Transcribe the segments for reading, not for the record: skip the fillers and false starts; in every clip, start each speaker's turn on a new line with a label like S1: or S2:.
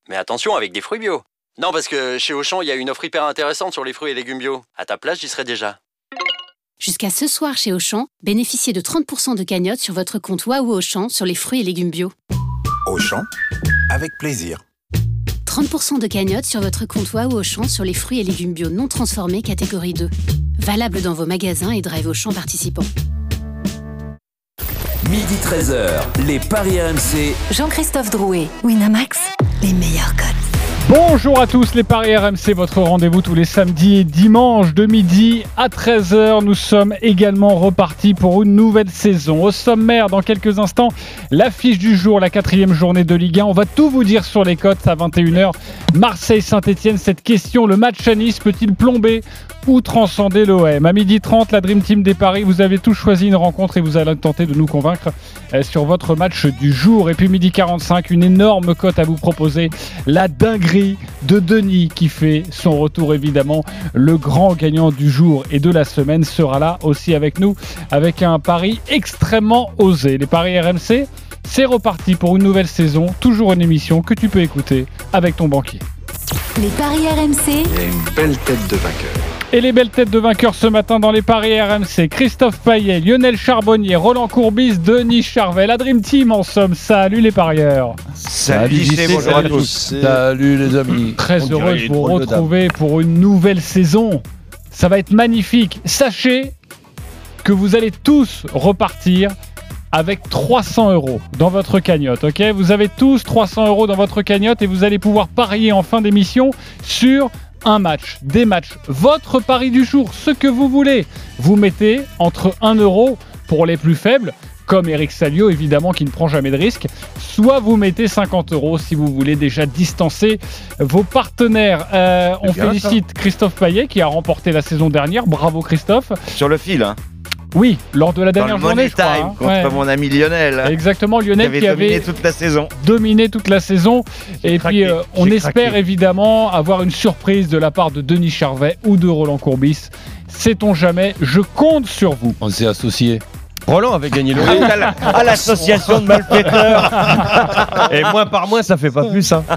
S1: Mais attention, avec des fruits bio. Non, parce que chez Auchan, il y a une offre hyper intéressante sur les fruits et légumes bio. À ta place, j'y serais déjà.
S2: Jusqu'à ce soir chez Auchan, bénéficiez de 30% de cagnotte sur votre compte Waouh Auchan sur les fruits et légumes bio.
S3: Auchan, avec plaisir.
S2: 30% de cagnotte sur votre compte Waouh Auchan sur les fruits et légumes bio non transformés catégorie 2. Valable dans vos magasins et drive Auchan participants.
S4: Midi 13h, les Paris RMC.
S5: Jean-Christophe Drouet, Winamax, les meilleurs cotes.
S6: Bonjour à tous, les Paris RMC, votre rendez-vous tous les samedis et dimanches de midi à 13h. Nous sommes également repartis pour une nouvelle saison. Au sommaire, dans quelques instants, l'affiche du jour, la 4e journée de Ligue 1. On va tout vous dire sur les cotes à 21h. Marseille-Saint-Etienne, cette question, le match à Nice peut-il plomber ou transcender l'OM? À 12h30, la Dream Team des Paris, vous avez tous choisi une rencontre et vous allez tenter de nous convaincre sur votre match du jour. Et puis 12h45, une énorme cote à vous proposer, la dinguerie de Denis qui fait son retour évidemment. Le grand gagnant du jour et de la semaine sera là aussi avec nous avec un pari extrêmement osé. Les Paris RMC, c'est reparti pour une nouvelle saison, toujours une émission que tu peux écouter avec ton banquier.
S5: Les Paris RMC.
S3: Il y a une belle tête de vainqueur.
S6: Et les belles têtes de vainqueurs ce matin dans les Paris RMC, Christophe Payet, Lionel Charbonnier, Roland Courbis, Denis Charvet, la Dream Team en somme. Salut les parieurs.
S7: Salut bonjour à tous. Salut les amis.
S6: Très heureux de vous retrouver pour une nouvelle saison. Ça va être magnifique. Sachez que vous allez tous repartir avec 300 € dans votre cagnotte, ok ? Vous avez tous 300 € dans votre cagnotte et vous allez pouvoir parier en fin d'émission sur un match, des matchs, votre pari du jour, ce que vous voulez. Vous mettez entre 1 € pour les plus faibles, comme Eric Salio évidemment qui ne prend jamais de risque, soit vous mettez 50 € si vous voulez déjà distancer vos partenaires. On félicite Christophe Payet qui a remporté la saison dernière, bravo Christophe.
S7: Sur le fil, hein.
S6: Oui, lors de la dernière journée, je crois.
S7: Time, contre mon ami Lionel.
S6: Exactement, Lionel qui avait
S7: dominé toute la saison.
S6: Dominé toute la saison. Et puis, on espère évidemment avoir une surprise de la part de Denis Charvet ou de Roland Courbis. Sait-on jamais, je compte sur vous.
S8: On s'est associés.
S7: Roland avait gagné le à l'association de malfaiteurs. Et moins par moins, ça fait pas plus, hein.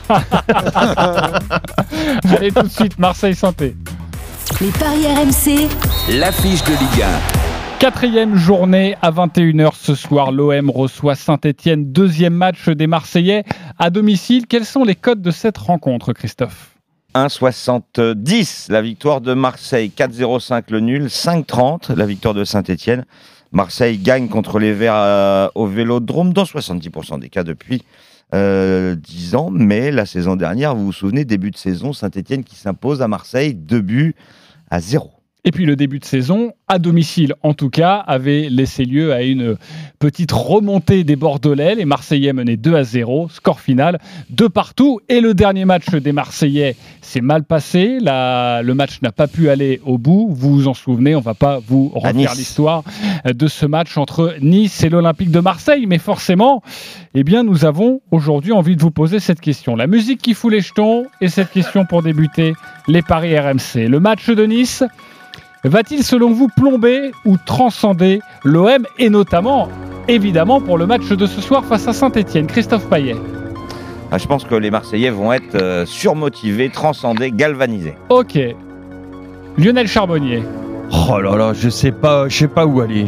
S6: Allez, tout de suite, Marseille Santé.
S5: Les Paris RMC.
S4: L'affiche de Ligue 1.
S6: 4e journée à 21h ce soir. L'OM reçoit Saint-Etienne. 2e match des Marseillais à domicile. Quels sont les codes de cette rencontre, Christophe ?
S7: 1,70 la victoire de Marseille, 4,05 le nul, 5,30 la victoire de Saint-Etienne. Marseille gagne contre les Verts au Vélodrome dans 70% des cas depuis 10 ans. Mais la saison dernière, vous vous souvenez, début de saison, Saint-Etienne qui s'impose à Marseille 2-0.
S6: Et puis le début de saison, à domicile en tout cas, avait laissé lieu à une petite remontée des Bordelais. Les Marseillais menaient 2-0, score final 2-2. Et le dernier match des Marseillais s'est mal passé. Le match n'a pas pu aller au bout. Vous vous en souvenez, on ne va pas vous refaire l'histoire de ce match entre Nice et l'Olympique de Marseille. Mais forcément, eh bien, nous avons aujourd'hui envie de vous poser cette question. La musique qui fout les jetons et cette question pour débuter, les paris RMC. Le match de Nice va-t-il selon vous plomber ou transcender l'OM et notamment, évidemment, pour le match de ce soir face à Saint-Etienne? Christophe Payet.
S7: Je pense que les Marseillais vont être surmotivés, transcendés, galvanisés.
S6: Ok. Lionel Charbonnier.
S9: Oh là là, je sais pas où aller.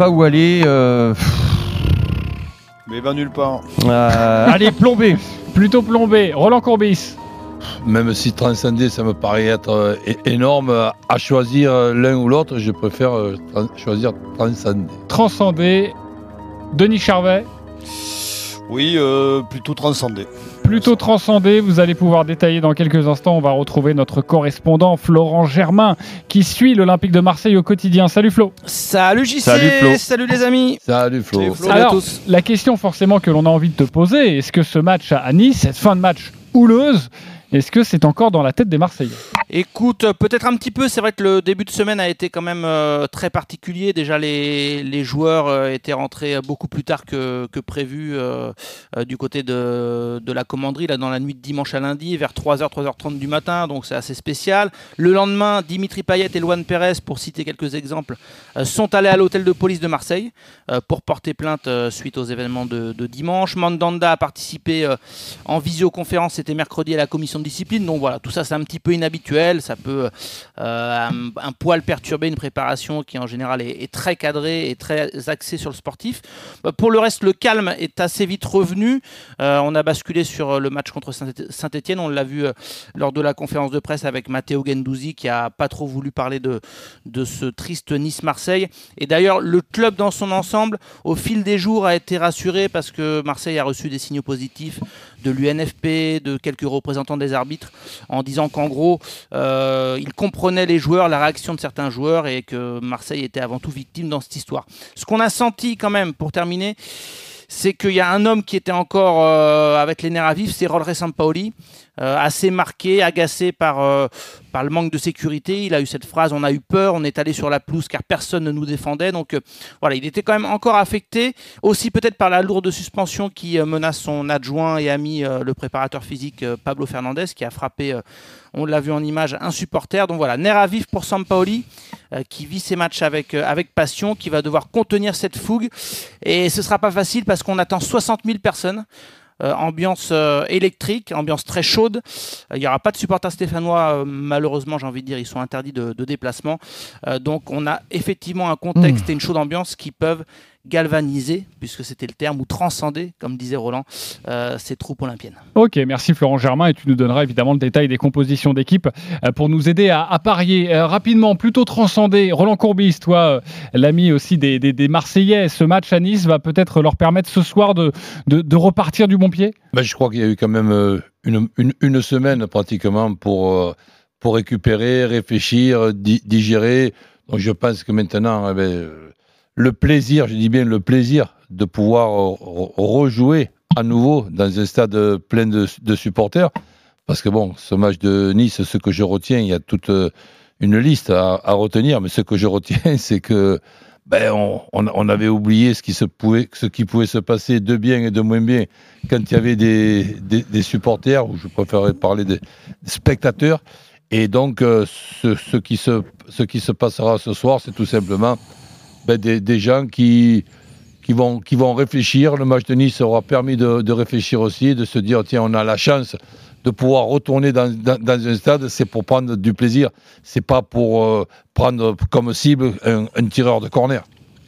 S8: Mais va nulle part.
S9: Allez, plomber.
S6: Plutôt plomber. Roland Courbis.
S8: Même si transcender, ça me paraît être énorme, à choisir l'un ou l'autre, je préfère choisir transcender.
S6: Transcender. Denis Charvet.
S8: Oui, plutôt transcender.
S6: Plutôt transcender, vous allez pouvoir détailler dans quelques instants. On va retrouver notre correspondant Florent Germain qui suit l'Olympique de Marseille au quotidien. Salut Flo.
S10: Salut JC.
S7: Salut Flo.
S10: Salut les amis.
S8: Salut Flo.
S10: Salut
S6: Alors,
S10: à tous.
S6: la question forcément que l'on a envie de te poser, est-ce que ce match à Nice, cette fin de match houleuse, Est-ce que c'est encore dans la tête des Marseillais ?
S10: Écoute, peut-être un petit peu. C'est vrai que le début de semaine a été quand même très particulier. Déjà, les joueurs étaient rentrés beaucoup plus tard que prévu du côté de la commanderie, là, dans la nuit de dimanche à lundi, vers 3h, 3h30 du matin. Donc, c'est assez spécial. Le lendemain, Dimitri Payet et Luan Pérez, pour citer quelques exemples, sont allés à l'hôtel de police de Marseille pour porter plainte suite aux événements de dimanche. Mandanda a participé en visioconférence, c'était mercredi, à la commission de discipline. Donc voilà, tout ça, c'est un petit peu inhabituel. Ça peut un poil perturber une préparation qui en général est très cadrée et très axée sur le sportif. Pour le reste, le calme est assez vite revenu. On a basculé sur le match contre Saint-Etienne. On l'a vu lors de la conférence de presse avec Matteo Guendouzi qui n'a pas trop voulu parler de ce triste Nice-Marseille. Et d'ailleurs, le club dans son ensemble, au fil des jours, a été rassuré parce que Marseille a reçu des signaux positifs de l'UNFP, de quelques représentants des arbitres, en disant qu'en gros, ils comprenaient les joueurs, la réaction de certains joueurs, et que Marseille était avant tout victime dans cette histoire. Ce qu'on a senti quand même, pour terminer, c'est qu'il y a un homme qui était encore avec les nerfs à vif, c'est Rolre Sampaoli, assez marqué, agacé par le manque de sécurité. Il a eu cette phrase: on a eu peur, on est allé sur la pelouse car personne ne nous défendait. Donc voilà, il était quand même encore affecté, aussi peut-être par la lourde suspension qui menace son adjoint et ami, le préparateur physique Pablo Fernandez, qui a frappé, on l'a vu en image, un supporter. Donc voilà, nerfs à vif pour Sampaoli, qui vit ses matchs avec passion, qui va devoir contenir cette fougue. Et ce ne sera pas facile parce qu'on attend 60 000 personnes. Ambiance électrique, ambiance très chaude. Il n'y aura pas de supporters stéphanois, malheureusement, j'ai envie de dire, ils sont interdits de déplacement. Donc on a effectivement un contexte et une chaude ambiance qui peuvent galvaniser, puisque c'était le terme, ou transcender, comme disait Roland, ces troupes olympiennes. Ok, merci Florent Germain, et tu nous donneras évidemment le détail des compositions d'équipe pour nous aider à parier rapidement, plutôt transcender. Roland Courbis, toi, l'ami aussi des Marseillais, ce match à Nice va peut-être leur permettre ce soir de repartir du bon pied ?
S8: Je crois qu'il y a eu quand même une semaine pratiquement pour récupérer, réfléchir, digérer. Donc je pense que maintenant, le plaisir, je dis bien le plaisir, de pouvoir rejouer à nouveau dans un stade plein de supporters. Parce que bon, ce match de Nice, ce que je retiens, il y a toute une liste à retenir, mais ce que je retiens, c'est que on avait oublié ce qui pouvait se passer de bien et de moins bien quand il y avait des supporters, ou je préférerais parler des spectateurs. Et donc, ce qui se passera ce soir, c'est tout simplement des gens qui vont réfléchir. Le match de Nice aura permis de réfléchir aussi, de se dire, tiens, on a la chance de pouvoir retourner dans un stade, c'est pour prendre du plaisir, c'est pas pour prendre comme cible un tireur de corner.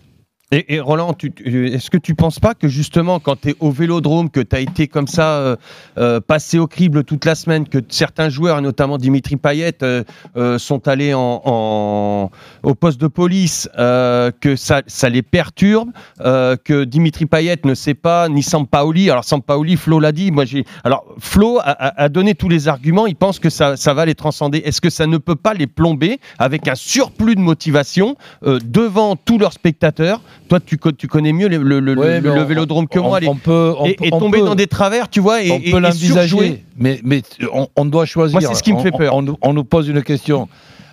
S9: Et Roland, est-ce que tu penses pas que justement quand tu es au Vélodrome, que tu as été comme ça passé au crible toute la semaine, que certains joueurs, et notamment Dimitri Payet, sont allés au poste de police, que ça les perturbe, que Dimitri Payet ne sait pas, ni Sampaoli. Alors Sampaoli, Flo l'a dit, alors Flo a donné tous les arguments, il pense que ça va les transcender. Est-ce que ça ne peut pas les plomber avec un surplus de motivation devant tous leurs spectateurs? Toi, tu connais mieux le Vélodrome que moi. Et tomber dans des travers, tu vois,
S8: on peut l'envisager, mais on doit choisir.
S9: Moi, c'est ce qui me fait peur.
S8: On nous pose une question.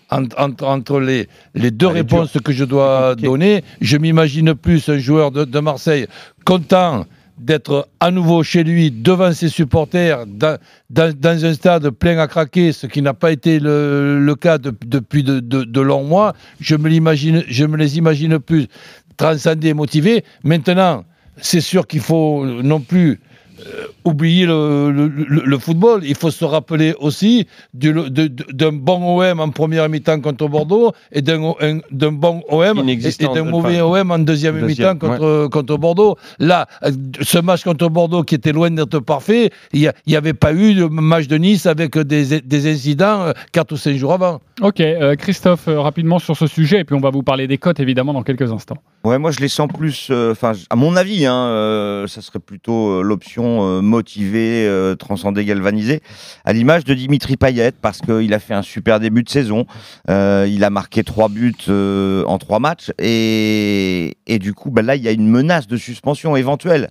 S8: Entre les deux réponses que je dois donner, je m'imagine plus un joueur de Marseille content d'être à nouveau chez lui, devant ses supporters, dans un stade plein à craquer, ce qui n'a pas été le cas depuis de longs mois. Je me les imagine plus transcendés, motivés. Maintenant, c'est sûr qu'il faut non plus oublier le football. Il faut se rappeler aussi d'un bon OM en première mi-temps contre Bordeaux et d'un bon OM et d'un mauvais OM en deuxième mi-temps contre Bordeaux. Là, ce match contre Bordeaux qui était loin d'être parfait, il n'y avait pas eu de match de Nice avec des incidents 4 ou 5 jours avant.
S6: Ok, Christophe, rapidement sur ce sujet, et puis on va vous parler des cotes évidemment dans quelques instants.
S7: Ouais, moi je les sens plus, à mon avis, ça serait plutôt l'option motivé, transcendé, galvanisé, à l'image de Dimitri Payet, parce qu'il a fait un super début de saison. Il a marqué 3 buts en 3 matchs, et du coup, là, il y a une menace de suspension éventuelle.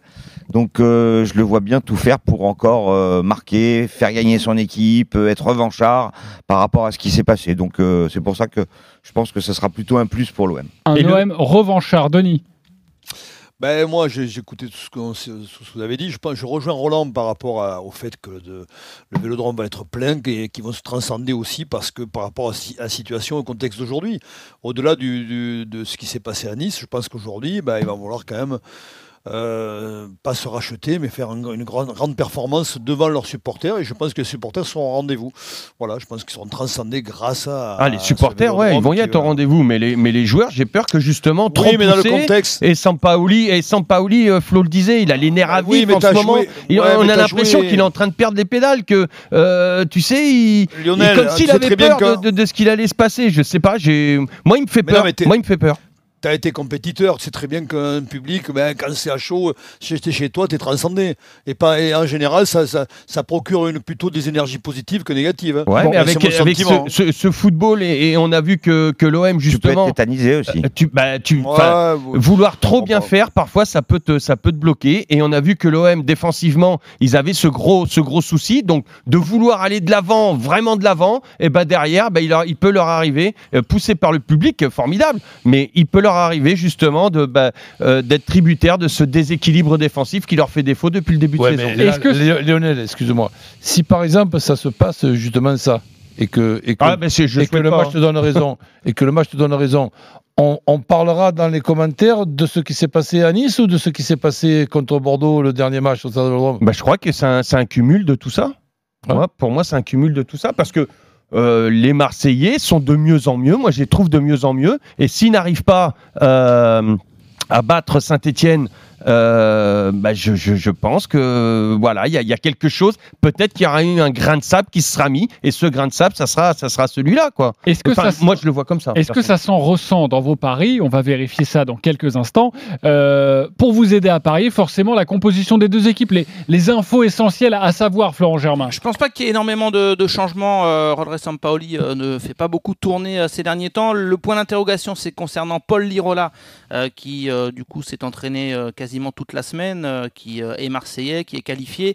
S7: Donc je le vois bien tout faire pour encore marquer, faire gagner son équipe, être revanchard par rapport à ce qui s'est passé. Donc c'est pour ça que je pense que ce sera plutôt un plus pour l'OM.
S6: Un OM revanchard, Denis.
S11: Ben, moi, j'ai écouté tout ce que vous avez dit. Je rejoins Roland par rapport au fait que le Vélodrome va être plein et qu'ils vont se transcender aussi parce que par rapport à la situation, au contexte d'aujourd'hui, au-delà de ce qui s'est passé à Nice, je pense qu'aujourd'hui, il va falloir quand même pas se racheter, mais faire une grande performance devant leurs supporters. Et je pense que les supporters seront au rendez-vous. Voilà, je pense qu'ils seront transcendés grâce à.
S9: Les supporters, ils vont y être au rendez-vous. Mais les joueurs, j'ai peur que justement, trop
S11: mais dans le contexte.
S9: Et Sampaoli, Flo le disait, il a les nerfs à vif en ce moment. On a l'impression qu'il est en train de perdre les pédales. Que tu sais,
S11: Lionel,
S9: comme s'il avait peur de ce qu'il allait se passer. Je sais pas. Moi, il me fait peur. Moi, il me fait peur.
S11: Tu as été compétiteur, tu sais très bien qu'un public, quand c'est à chaud, chez toi, tu es transcendé. Et en général, ça procure plutôt des énergies positives que négatives.
S9: Ouais, mais avec ce football, et on a vu que l'OM, justement.
S7: Tu peux être tétanisé aussi.
S9: Vouloir trop bien faire, parfois, ça peut te bloquer. Et on a vu que l'OM, défensivement, ils avaient ce gros souci. Donc, de vouloir aller de l'avant, vraiment de l'avant, et derrière, il peut leur arriver, poussé par le public, formidable, mais il peut leur arriver justement d'être tributaire de ce déséquilibre défensif qui leur fait défaut depuis le début de saison.
S8: Lionel, excuse-moi, si par exemple ça se passe justement ça et que le match te donne raison, on parlera dans les commentaires de ce qui s'est passé à Nice ou de ce qui s'est passé contre Bordeaux le dernier match au Stade de Vélodrome?
S9: Je crois que c'est un cumul de tout ça. Ouais. Pour moi, c'est un cumul de tout ça parce que les Marseillais sont de mieux en mieux. Moi, je les trouve de mieux en mieux. Et s'ils n'arrivent pas à battre Saint-Etienne, je pense que voilà, il y a quelque chose. Peut-être qu'il y aura eu un grain de sable qui se sera mis, et ce grain de sable, ça sera celui-là, quoi. Moi, je le vois comme ça.
S6: Est-ce que ça s'en ressent dans vos paris? On va vérifier ça dans quelques instants. Pour vous aider à parier, forcément, la composition des deux équipes, les infos essentielles à savoir, Florent Germain.
S10: Je pense pas qu'il y ait énormément de changements. Rodriguez Sampaoli ne fait pas beaucoup tourner ces derniers temps. Le point d'interrogation, c'est concernant Paul Lirola, qui du coup s'est entraîné quasiment toute la semaine, qui est marseillais, qui est qualifié.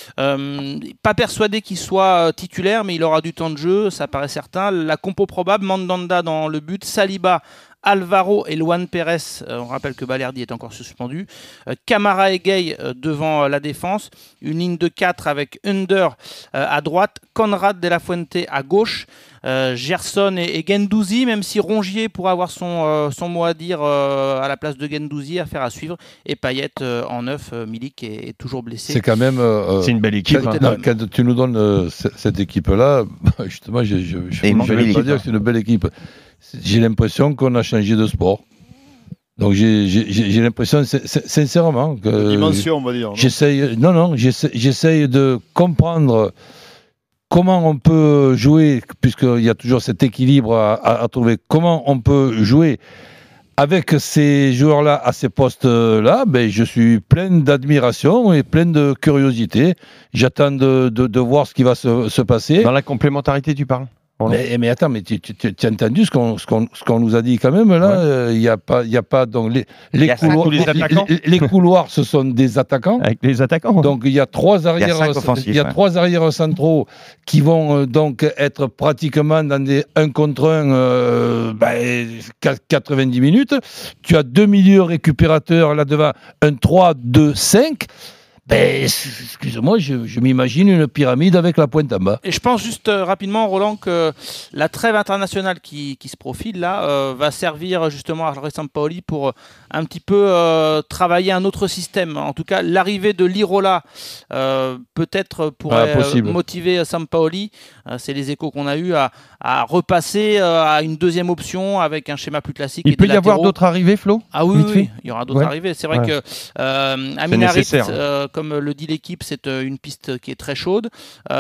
S10: Pas persuadé qu'il soit titulaire, mais il aura du temps de jeu, ça paraît certain. La compo probable, Mandanda dans le but, Saliba, Alvaro et Luan Pérez, on rappelle que Balerdi est encore suspendu, Camara et Gay devant la défense, une ligne de 4 avec Under à droite, Conrad de la Fuente à gauche, Gerson et Guendouzi, même si Rongier pourra avoir son mot à dire à la place de Guendouzi, affaire à suivre, et Payet en neuf. Milik est toujours blessé.
S8: C'est quand même
S9: c'est une belle équipe.
S8: Quand tu nous donnes cette équipe-là, justement, je ne vais pas dire que c'est une belle équipe. J'ai l'impression qu'on a changé de sport. Donc j'ai l'impression, sincèrement, que
S11: dimension, on va dire.
S8: J'essaye de comprendre comment on peut jouer, puisqu'il y a toujours cet équilibre à trouver. Comment on peut jouer avec ces joueurs-là à ces postes-là? Je suis plein d'admiration et plein de curiosité. J'attends de voir ce qui va se passer.
S9: Dans la complémentarité, tu parles?
S8: Mais attends, mais tu as entendu ce qu'on nous a dit quand même là. Il y a pas donc les couloirs, ce sont des attaquants.
S9: Avec les attaquants.
S8: Donc il y a trois arrières centraux qui vont donc être pratiquement dans des 1 contre 1 90 minutes. Tu as 2 milieux récupérateurs là devant, un 3-2-5. Excuse-moi, je m'imagine une pyramide avec la pointe en bas.
S10: Et je pense juste rapidement, Roland, que la trêve internationale qui se profile là va servir justement à Sampaoli pour un petit peu travailler un autre système. En tout cas, l'arrivée de Lirola peut-être pourrait motiver Sampaoli. C'est les échos qu'on a eu à repasser à une deuxième option avec un schéma plus classique.
S9: Il peut y avoir d'autres arrivées, Flo?
S10: Ah oui, il y aura d'autres arrivées. C'est vrai que Amin Harit comme le dit l'équipe, c'est une piste qui est très chaude.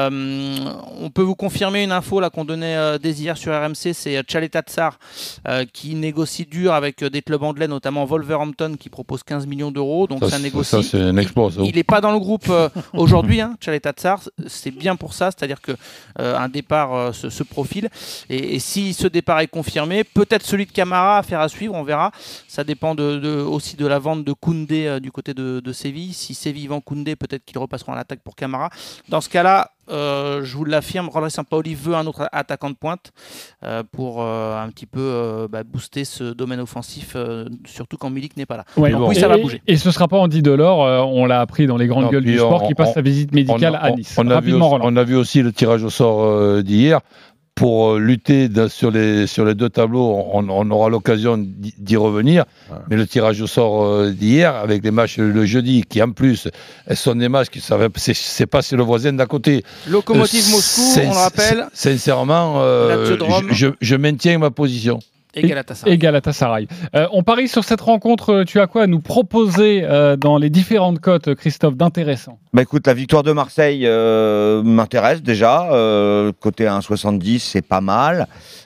S10: On peut vous confirmer une info là qu'on donnait dès hier sur RMC, c'est Tchaleta Tsar qui négocie dur avec des clubs anglais, notamment Wolverhampton qui propose 15 millions d'euros. Donc ça négocie.
S8: Ça, c'est un exploit.
S10: Il n'est pas dans le groupe aujourd'hui, Tchaleta Tsar. C'est bien pour ça, c'est-à-dire que un départ se profile. Et si ce départ est confirmé, peut-être celui de Camara à faire à suivre, on verra. Ça dépend aussi de la vente de Koundé du côté de Séville. Si Séville vend Koundé, peut-être qu'ils repasseront à l'attaque pour Camara. Dans ce cas-là, je vous l'affirme, Rolando Sampaoli veut un autre attaquant de pointe pour un petit peu booster ce domaine offensif, surtout quand Milik n'est pas là.
S6: Ouais,
S10: donc, oui, ça va bouger.
S6: Et ce ne sera pas Andy Delors, on l'a appris dans les grandes gueules du sport, qui passe sa visite médicale à Nice.
S8: On a vu aussi le tirage au sort d'hier. Pour lutter sur les deux tableaux, on aura l'occasion d'y revenir. Ouais. Mais le tirage au sort d'hier, avec les matchs le jeudi, qui en plus sont des matchs qui c'est pas c'est le voisin d'à côté.
S10: Lokomotiv Moscou, on le rappelle.
S8: Sincèrement, je maintiens ma position.
S10: Et
S6: Galatasaray. On parie sur cette rencontre. Tu as quoi à nous proposer dans les différentes cotes, Christophe, d'intéressant?
S7: Écoute, la victoire de Marseille m'intéresse déjà. Côté 1,70, c'est pas mal.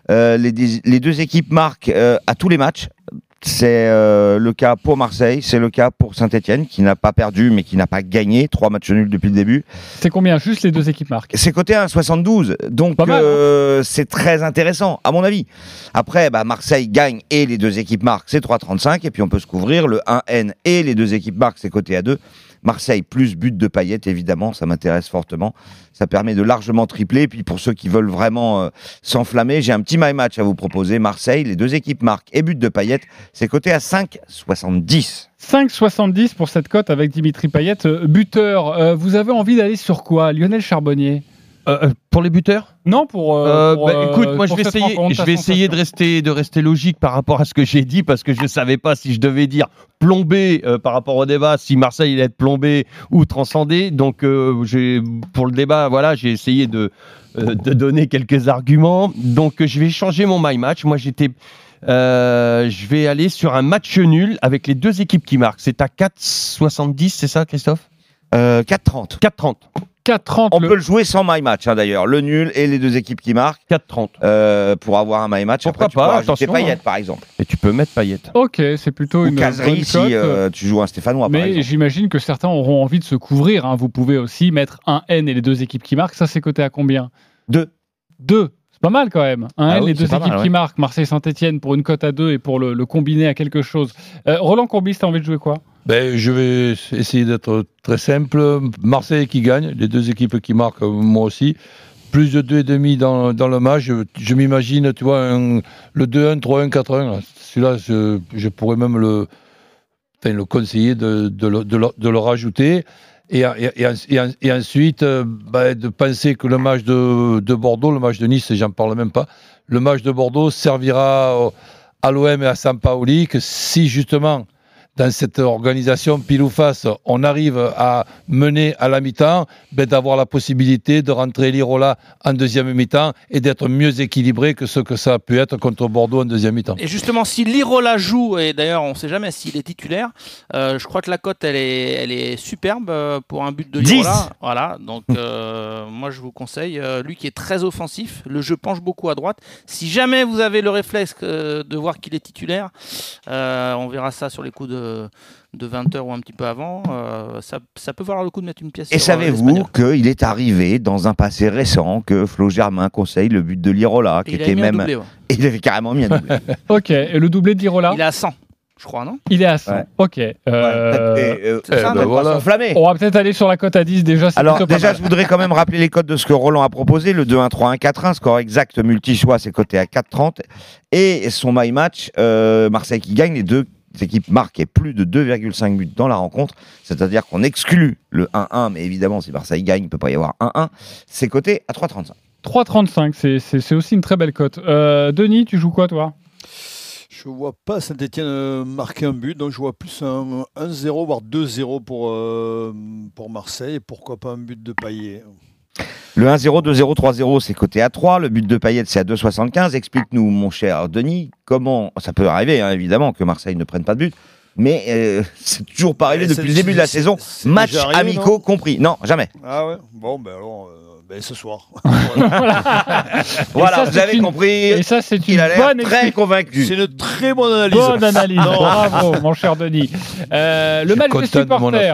S7: Les deux équipes marquent à tous les matchs. C'est le cas pour Marseille, c'est le cas pour Saint-Etienne, qui n'a pas perdu, mais qui n'a pas gagné. 3 matchs nuls depuis le début.
S6: C'est combien juste les deux équipes marquent? C'est
S7: côté 1,72, donc c'est très intéressant, à mon avis. Après, Marseille gagne et les deux équipes marquent, c'est 3,35. Et puis on peut se couvrir, le 1N et les deux équipes marquent, c'est côté à 2. Marseille plus but de Payet, évidemment, ça m'intéresse fortement. Ça permet de largement tripler. Et puis pour ceux qui veulent vraiment s'enflammer, j'ai un petit my match à vous proposer. Marseille, les deux équipes marquent et but de Payet, c'est coté à 5,70.
S6: 5,70 pour cette cote avec Dimitri Payet, buteur. Vous avez envie d'aller sur quoi, Lionel Charbonnier?
S9: Pour les buteurs?
S6: Non,
S9: écoute, moi je vais essayer de rester logique par rapport à ce que j'ai dit, parce que je ne savais pas si je devais dire plombé par rapport au débat, si Marseille allait être plombé ou transcendé. Donc pour le débat, voilà, j'ai essayé de donner quelques arguments. Donc je vais changer mon my match. Moi je vais aller sur un match nul avec les deux équipes qui marquent. C'est à 4,70, c'est ça, Christophe?
S7: 4,30.
S9: 4,30.
S6: 4,30.
S7: On peut le jouer sans my match d'ailleurs, le nul et les deux équipes qui marquent.
S9: 4,30.
S7: Pour avoir un my match.
S9: Pourquoi
S7: après,
S9: pas?
S7: Tu peux Payet par exemple.
S9: Et tu peux mettre Payet.
S6: Ok, c'est plutôt une
S7: Caserie si tu joues un Stéphanois.
S6: Mais
S7: par exemple.
S6: j'imagine que certains auront envie de se couvrir. Vous pouvez aussi mettre un N et les deux équipes qui marquent. Ça, c'est coté à combien?
S7: 2.
S6: C'est pas mal quand même. Les deux équipes qui marquent, Marseille Saint-Etienne pour une cote à 2 et pour le combiner à quelque chose. Roland Courbis, t'as envie de jouer quoi?
S8: Je vais essayer d'être très simple. Marseille qui gagne, les deux équipes qui marquent, moi aussi. Plus de 2,5 dans le match. Je m'imagine, tu vois, le 2-1, 3-1, 4-1. Celui-là, je pourrais même le conseiller de le rajouter. Et ensuite, de penser que le match de Bordeaux, le match de Nice, j'en parle même pas, le match de Bordeaux servira à l'OM et à Sampaoli, que si justement, dans cette organisation pile ou face, on arrive à mener à la mi-temps, d'avoir la possibilité de rentrer Lirola en deuxième mi-temps et d'être mieux équilibré que ce que ça a pu être contre Bordeaux en deuxième mi-temps.
S10: Et justement, si Lirola joue, et d'ailleurs on ne sait jamais s'il est titulaire, je crois que la cote elle est superbe pour un but de Lirola.
S7: 10.
S10: Voilà, donc moi je vous conseille, lui qui est très offensif, le jeu penche beaucoup à droite. Si jamais vous avez le réflexe de voir qu'il est titulaire, on verra ça sur les coups de 20h ou un petit peu avant, ça peut valoir le coup de mettre une pièce.
S7: Et savez-vous qu'il est arrivé dans un passé récent que Flo Germain conseille le but de Lirola, qui était même.
S10: Doublé,
S7: Et il avait carrément mis un doublé.
S6: Ok, et le doublé de Lirola?
S10: Il est à 100. Je crois, non?
S6: Il est à 100.
S7: Ouais.
S6: Ok.
S7: Voilà.
S6: On va peut-être aller sur la cote à 10 déjà.
S7: Alors déjà, je voudrais quand même rappeler les cotes de ce que Roland a proposé. Le 2-1, 3-1, 4-1, score exact multi-choix, c'est coté à 4,30. Et son my match, Marseille qui gagne, les deux équipes marquent plus de 2,5 buts dans la rencontre. C'est-à-dire qu'on exclut le 1-1, mais évidemment, si Marseille gagne, il ne peut pas y avoir 1-1. C'est coté à 3,35.
S6: 3,35, c'est aussi une très belle cote. Denis, tu joues quoi, toi?
S11: Je ne vois pas Saint-Etienne marquer un but, donc je vois plus un 1-0, voire 2-0 pour Marseille. Pourquoi pas un but de Payet?
S7: Le 1-0, 2-0, 3-0, c'est coté à 3. Le but de Payet, c'est à 2,75. Explique-nous, mon cher Denis, comment ça peut arriver, évidemment, que Marseille ne prenne pas de but. mais c'est toujours pas arrivé depuis le début de la saison,
S11: c'est
S7: matchs
S11: déjà arrivé,
S7: amicaux compris. Non, jamais.
S11: Ah ouais. Bon, ben alors, ce soir.
S7: Voilà,
S6: ça,
S7: vous avez compris.
S6: Et ça, c'est une
S7: Il a l'air
S6: bonne
S7: très convaincu.
S11: C'est une très bonne analyse.
S6: Bonne analyse, bravo mon cher Denis. Le match des supporters.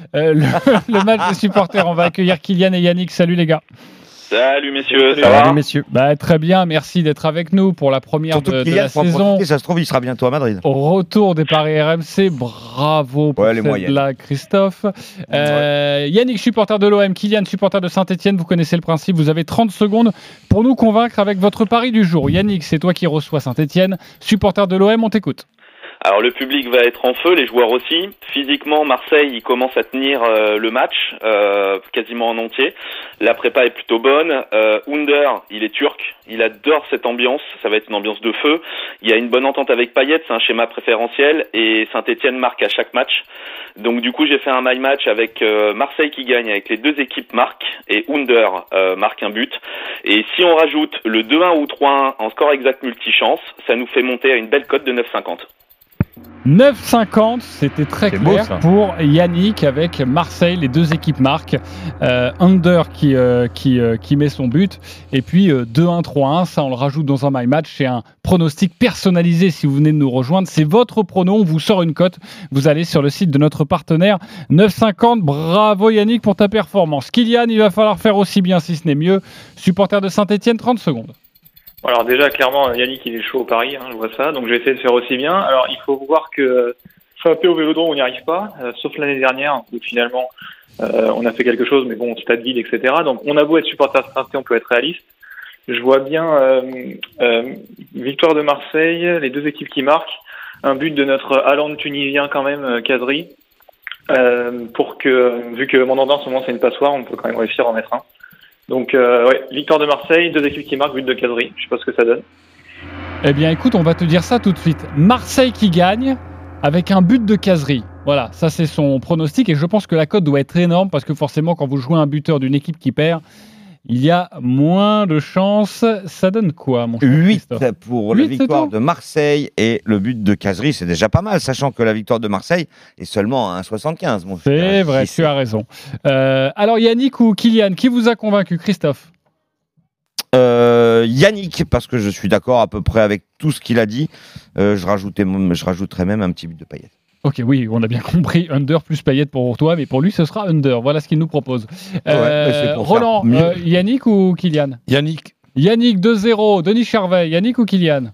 S6: Le match des supporters, on va accueillir Kylian et Yannick. Salut les gars.
S12: Salut messieurs, ça va?
S9: Salut messieurs.
S6: Très bien, merci d'être avec nous pour la première
S7: Surtout
S6: de
S7: Kylian,
S6: la
S7: faut en
S6: saison.
S7: profiter, ça se trouve, il sera bientôt à Madrid.
S6: Au retour des paris RMC, bravo pour
S7: les
S6: cette
S7: moyennes.
S6: blague, Christophe. Yannick, supporter de l'OM, Kylian, supporter de Saint-Etienne, vous connaissez le principe, vous avez 30 secondes pour nous convaincre avec votre pari du jour. Yannick, c'est toi qui reçois Saint-Etienne, supporter de l'OM, on t'écoute.
S12: Alors le public va être en feu, les joueurs aussi. Physiquement, Marseille, il commence à tenir le match quasiment en entier. La prépa est plutôt bonne. Under, il est turc, il adore cette ambiance. Ça va être une ambiance de feu. Il y a une bonne entente avec Payet, c'est un schéma préférentiel et Saint-Etienne marque à chaque match. Donc du coup, j'ai fait un my match avec Marseille qui gagne, avec les deux équipes marquent et Under marque un but. Et si on rajoute le 2-1 ou 3-1 en score exact multichance, ça nous fait monter à une belle cote de 9,50.
S6: 9,50, c'était très
S9: C'est
S6: clair
S9: beau, ça.
S6: pour Yannick avec Marseille, les deux équipes marquent. Under qui met son but et puis 2-1, 3-1, ça on le rajoute dans un my match. C'est un pronostic personnalisé si vous venez de nous rejoindre. C'est votre prono, on vous sort une cote. Vous allez sur le site de notre partenaire 9,50. Bravo Yannick pour ta performance. Kylian, il va falloir faire aussi bien si ce n'est mieux. Supporter de Saint-Etienne, 30 secondes.
S13: Alors déjà, clairement, Yannick, il est chaud au pari, je vois ça, donc je vais essayer de faire aussi bien. Alors, il faut voir que frapper au Vélodrome, on n'y arrive pas, sauf l'année dernière, où finalement, on a fait quelque chose, mais bon, stade vide, etc. Donc, on a beau être supporter de Saint-Etienne, on peut être réaliste. Je vois bien victoire de Marseille, les deux équipes qui marquent, un but de notre Haaland tunisien quand même, Kadri, pour que, vu que Mandanda en ce moment c'est une passoire, on peut quand même réussir à en mettre un. Donc, victoire de Marseille, deux équipes qui marquent, but de Kadri. Je sais pas ce que ça donne.
S6: Eh bien, écoute, on va te dire ça tout de suite. Marseille qui gagne avec un but de Casery. Voilà, ça c'est son pronostic et je pense que la cote doit être énorme parce que forcément, quand vous jouez un buteur d'une équipe qui perd, il y a moins de chances. Ça donne quoi, mon cher
S7: 8
S6: Christophe
S7: pour
S6: 8,
S7: la victoire de Marseille et le but de Casery, c'est déjà pas mal, sachant que la victoire de Marseille est seulement à 1,75. Mon cher.
S6: C'est vrai, tu as raison. Alors Yannick ou Kylian, qui vous a convaincu, Christophe?
S7: Yannick, parce que je suis d'accord à peu près avec tout ce qu'il a dit. Je rajouterai même un petit but de Payet.
S6: Ok, oui, on a bien compris. Under plus Payet pour toi, mais pour lui, ce sera Under. Voilà ce qu'il nous propose. Roland, Yannick ou Kylian?
S8: Yannick.
S6: Yannick 2-0. Denis Charvet, Yannick ou Kylian?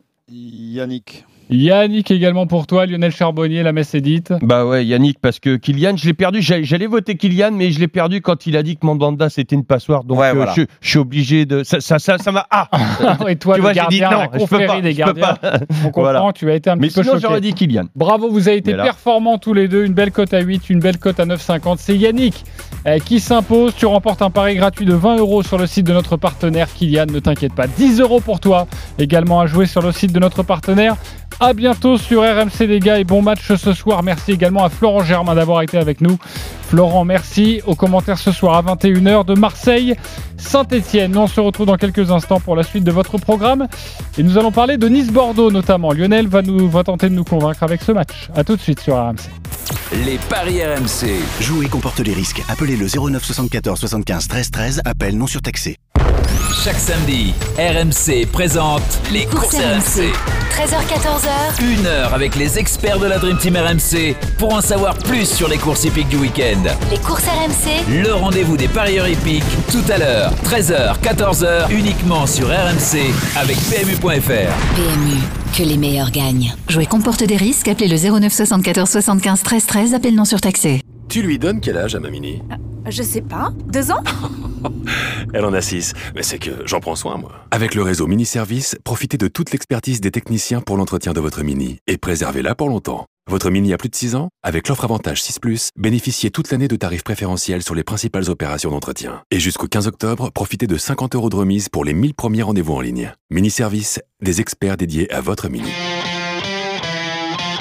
S11: Yannick.
S6: Yannick également pour toi, Lionel Charbonnier, la messe est dite.
S9: Bah ouais, Yannick, parce que Kylian, je l'ai perdu. J'allais voter Kylian, mais je l'ai perdu quand il a dit que Mandanda c'était une passoire. Donc
S7: ouais, voilà.
S9: je suis obligé de. Ça m'a. Ah
S6: et toi,
S9: tu
S6: le
S9: vois,
S6: gardien,
S9: j'ai dit, non,
S6: la confrérie des gardiens. On comprend,
S9: voilà.
S6: Tu as été un
S9: mais
S6: petit peu
S9: sinon,
S6: choqué.
S9: j'aurais dit Kylian.
S6: Bravo, vous avez été performants tous les deux. Une belle cote à 8, une belle cote à 9,50. C'est Yannick qui s'impose. Tu remportes un pari gratuit de 20 € sur le site de notre partenaire Kylian. Ne t'inquiète pas. 10 € pour toi. Également à jouer sur le site de notre partenaire. À bientôt sur RMC les gars et bon match ce soir. Merci également à Florent Germain d'avoir été avec nous. Florent, merci. Aux commentaires ce soir à 21h de Marseille, Saint-Etienne. Nous on se retrouve dans quelques instants pour la suite de votre programme. Et nous allons parler de Nice-Bordeaux notamment. Lionel va tenter de nous convaincre avec ce match. A tout de suite sur RMC.
S4: Les paris RMC.
S14: Jouer comporte les risques. Appelez le 09 74 75 13 13. Appel non surtaxé.
S4: Chaque samedi, RMC présente les courses RMC.
S5: 13h-14h.
S4: 1 heure avec les experts de la Dream Team RMC pour en savoir plus sur les courses hippiques du week-end.
S5: Les courses RMC.
S4: Le rendez-vous des parieurs hippiques tout à l'heure, 13h, 14h, uniquement sur RMC avec PMU.fr.
S5: PMU, que les meilleurs gagnent. Jouer comporte des risques. Appelez le 09 74 75 13 13. Appel non surtaxé.
S15: Tu lui donnes quel âge à ma Mini?
S16: Je sais pas. 2 ans?
S15: Elle en a 6. Mais c'est que j'en prends soin, moi. Avec le réseau Mini Service, profitez de toute l'expertise des techniciens pour l'entretien de votre Mini et préservez-la pour longtemps. Votre Mini a plus de 6 ans? Avec l'offre Avantage 6+, bénéficiez toute l'année de tarifs préférentiels sur les principales opérations d'entretien. Et jusqu'au 15 octobre, profitez de 50 € de remise pour les 1000 premiers rendez-vous en ligne. Mini Service, des experts dédiés à votre Mini.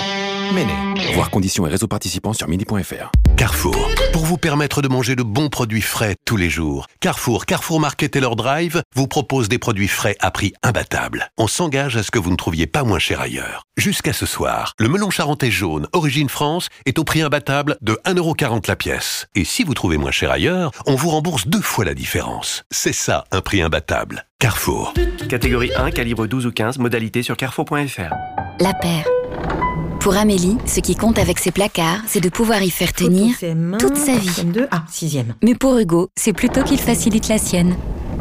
S15: Méné. Voir conditions et réseaux participants sur mini.fr.
S17: Carrefour, pour vous permettre de manger de bons produits frais tous les jours. Carrefour Market et leur Drive vous propose des produits frais à prix imbattable. On s'engage à ce que vous ne trouviez pas moins cher ailleurs. Jusqu'à ce soir, le melon charentais jaune, origine France, est au prix imbattable de 1,40€ la pièce. Et si vous trouvez moins cher ailleurs, on vous rembourse 2 fois la différence. C'est ça, un prix imbattable. Carrefour.
S18: Catégorie 1, calibre 12 ou 15, modalité sur carrefour.fr.
S19: La paire. Pour Amélie, ce qui compte avec ses placards, c'est de pouvoir y faire tenir toute sa vie. Mais pour Hugo, c'est plutôt qu'il facilite la sienne.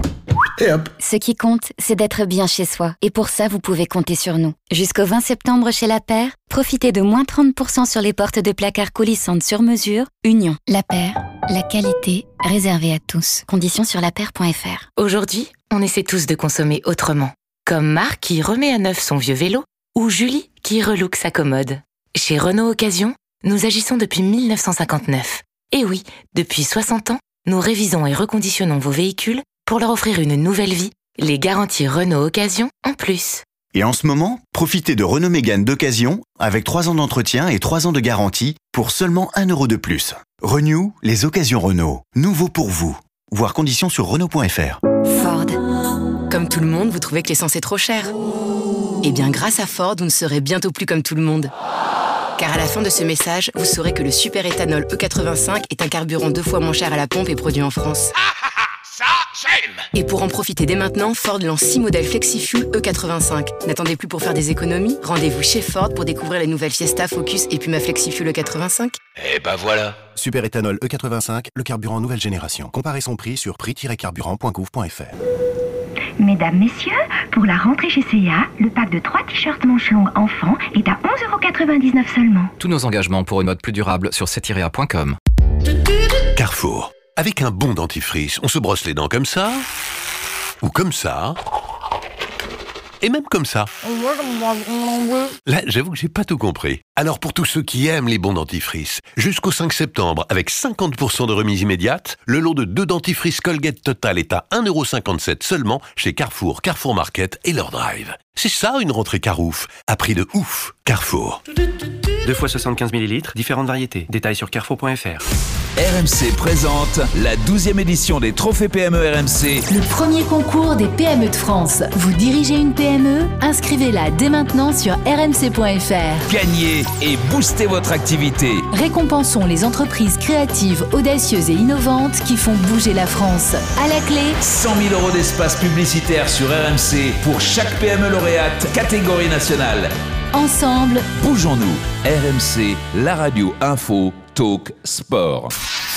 S14: Et hop.
S19: Ce qui compte, c'est d'être bien chez soi. Et pour ça, vous pouvez compter sur nous. Jusqu'au 20 septembre chez La Paire, profitez de moins 30% sur les portes de placards coulissantes sur mesure. Union. La Paire, la qualité réservée à tous. Conditions sur lapaire.fr.
S20: Aujourd'hui, on essaie tous de consommer autrement. Comme Marc qui remet à neuf son vieux vélo, ou Julie qui relook sa commode. Chez Renault Occasion, nous agissons depuis 1959. Et oui, depuis 60 ans, nous révisons et reconditionnons vos véhicules pour leur offrir une nouvelle vie, les garanties Renault Occasion en plus.
S14: Et en ce moment, profitez de Renault Mégane d'occasion avec 3 ans d'entretien et 3 ans de garantie pour seulement 1€ de plus. Renew, les occasions Renault. Nouveau pour vous. Voir conditions sur Renault.fr.
S20: Ford. Comme tout le monde, vous trouvez que l'essence est trop chère. Eh bien, grâce à Ford, vous ne serez bientôt plus comme tout le monde. Car à la fin de ce message, vous saurez que le super éthanol E85 est un carburant 2 fois moins cher à la pompe et produit en France.
S17: Ça, j'aime.
S20: Et pour en profiter dès maintenant, Ford lance 6 modèles FlexiFuel E85. N'attendez plus pour faire des économies. Rendez-vous chez Ford pour découvrir les nouvelles Fiesta, Focus et Puma FlexiFuel E85.
S17: Et bah voilà.
S14: Super éthanol E85, le carburant nouvelle génération. Comparez son prix sur prix-carburant.gouv.fr.
S21: Mesdames, messieurs, pour la rentrée chez C&A, le pack de 3 t-shirts manches longues enfants est à 11,99€ seulement.
S22: Tous nos engagements pour une mode plus durable sur c-a.com.
S17: Carrefour. Avec un bon dentifrice, on se brosse les dents comme ça, ou comme ça, et même comme ça. Là, j'avoue que j'ai pas tout compris. Alors pour tous ceux qui aiment les bons dentifrices, jusqu'au 5 septembre, avec 50% de remise immédiate, le lot de 2 dentifrices Colgate Total est à 1,57€ seulement chez Carrefour, Carrefour Market et leur Drive. C'est ça une rentrée Carouf, à prix de ouf. Carrefour.
S18: 2 fois 75 ml, différentes variétés. Détails sur carrefour.fr.
S4: RMC présente la 12e édition des Trophées PME RMC.
S5: Le premier concours des PME de France. Vous dirigez une PME? Inscrivez-la dès maintenant sur rmc.fr.
S4: Gagnez et boostez votre activité.
S5: Récompensons les entreprises créatives, audacieuses et innovantes qui font bouger la France. À la clé,
S4: 100 000 € d'espace publicitaire sur RMC pour chaque PME lauréate, catégorie nationale.
S5: Ensemble,
S4: bougeons-nous. RMC, la radio info, talk, sport.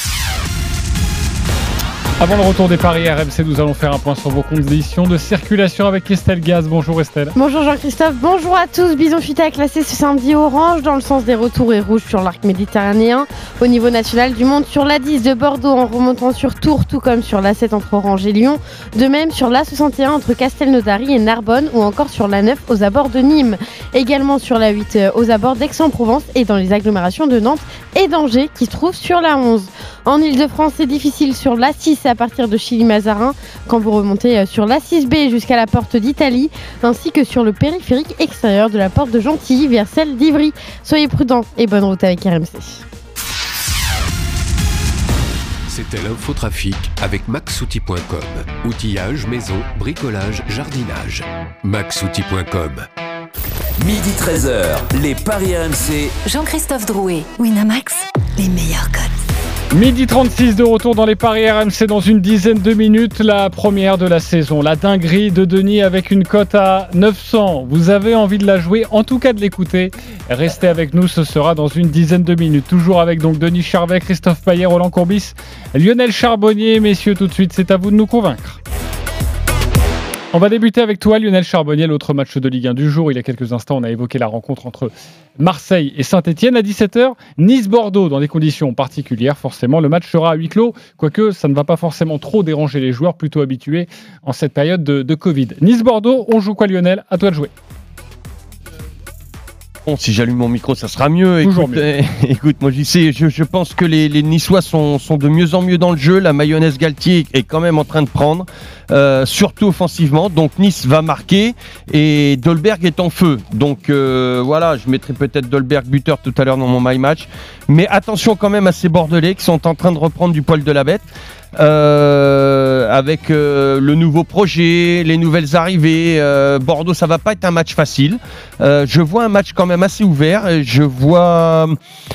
S6: Avant le retour des paris RMC, nous allons faire un point sur vos conditions de circulation avec Estelle Gaz. Bonjour Estelle.
S23: Bonjour Jean-Christophe, bonjour à tous. Bison Futé a classé ce samedi orange dans le sens des retours et rouge sur l'arc méditerranéen. Au niveau national, du monde sur l'A10 de Bordeaux en remontant sur Tours, tout comme sur l'A7 entre Orange et Lyon. De même sur l'A61 entre Castelnaudary et Narbonne ou encore sur l'A9 aux abords de Nîmes. Également sur l'A8 aux abords d'Aix-en-Provence et dans les agglomérations de Nantes et d'Angers qui se trouvent sur l'A11. En Ile-de-France, c'est difficile sur l'A6 à partir de Chilly-Mazarin quand vous remontez sur l'A6B jusqu'à la porte d'Italie ainsi que sur le périphérique extérieur de la porte de Gentilly vers celle d'Ivry. Soyez prudents et bonne route avec RMC.
S24: C'était l'infotrafic avec maxoutil.com. Outillage, maison, bricolage, jardinage. maxoutil.com.
S4: Midi 13h, les paris RMC.
S5: Jean-Christophe Drouet, Winamax, les meilleurs cotes.
S6: Midi 36 de retour dans les paris RMC dans une dizaine de minutes, la première de la saison. La dinguerie de Denis avec une cote à 900. Vous avez envie de la jouer, en tout cas de l'écouter. Restez avec nous, ce sera dans une dizaine de minutes. Toujours avec donc Denis Charvet, Christophe Payet, Roland Courbis, Lionel Charbonnier. Messieurs, tout de suite, c'est à vous de nous convaincre. On va débuter avec toi, Lionel Charbonnier, l'autre match de Ligue 1 du jour. Il y a quelques instants, on a évoqué la rencontre entre Marseille et Saint-Etienne. À 17h, Nice-Bordeaux, dans des conditions particulières. Forcément, le match sera à huis clos, quoique ça ne va pas forcément trop déranger les joueurs, plutôt habitués en cette période de Covid. Nice-Bordeaux, on joue quoi, Lionel? À toi de jouer.
S9: Bon, si j'allume mon micro, ça sera mieux.
S6: Toujours mieux.
S9: Écoute, moi je pense que les Niçois sont de mieux en mieux dans le jeu. La mayonnaise Galtier est quand même en train de prendre, surtout offensivement. Donc Nice va marquer et Dolberg est en feu. Donc voilà, je mettrai peut-être Dolberg buteur tout à l'heure dans mon My Match. Mais attention quand même à ces Bordelais qui sont en train de reprendre du poil de la bête. Avec le nouveau projet, les nouvelles arrivées, Bordeaux, ça va pas être un match facile. Je vois un match quand même assez ouvert. Je vois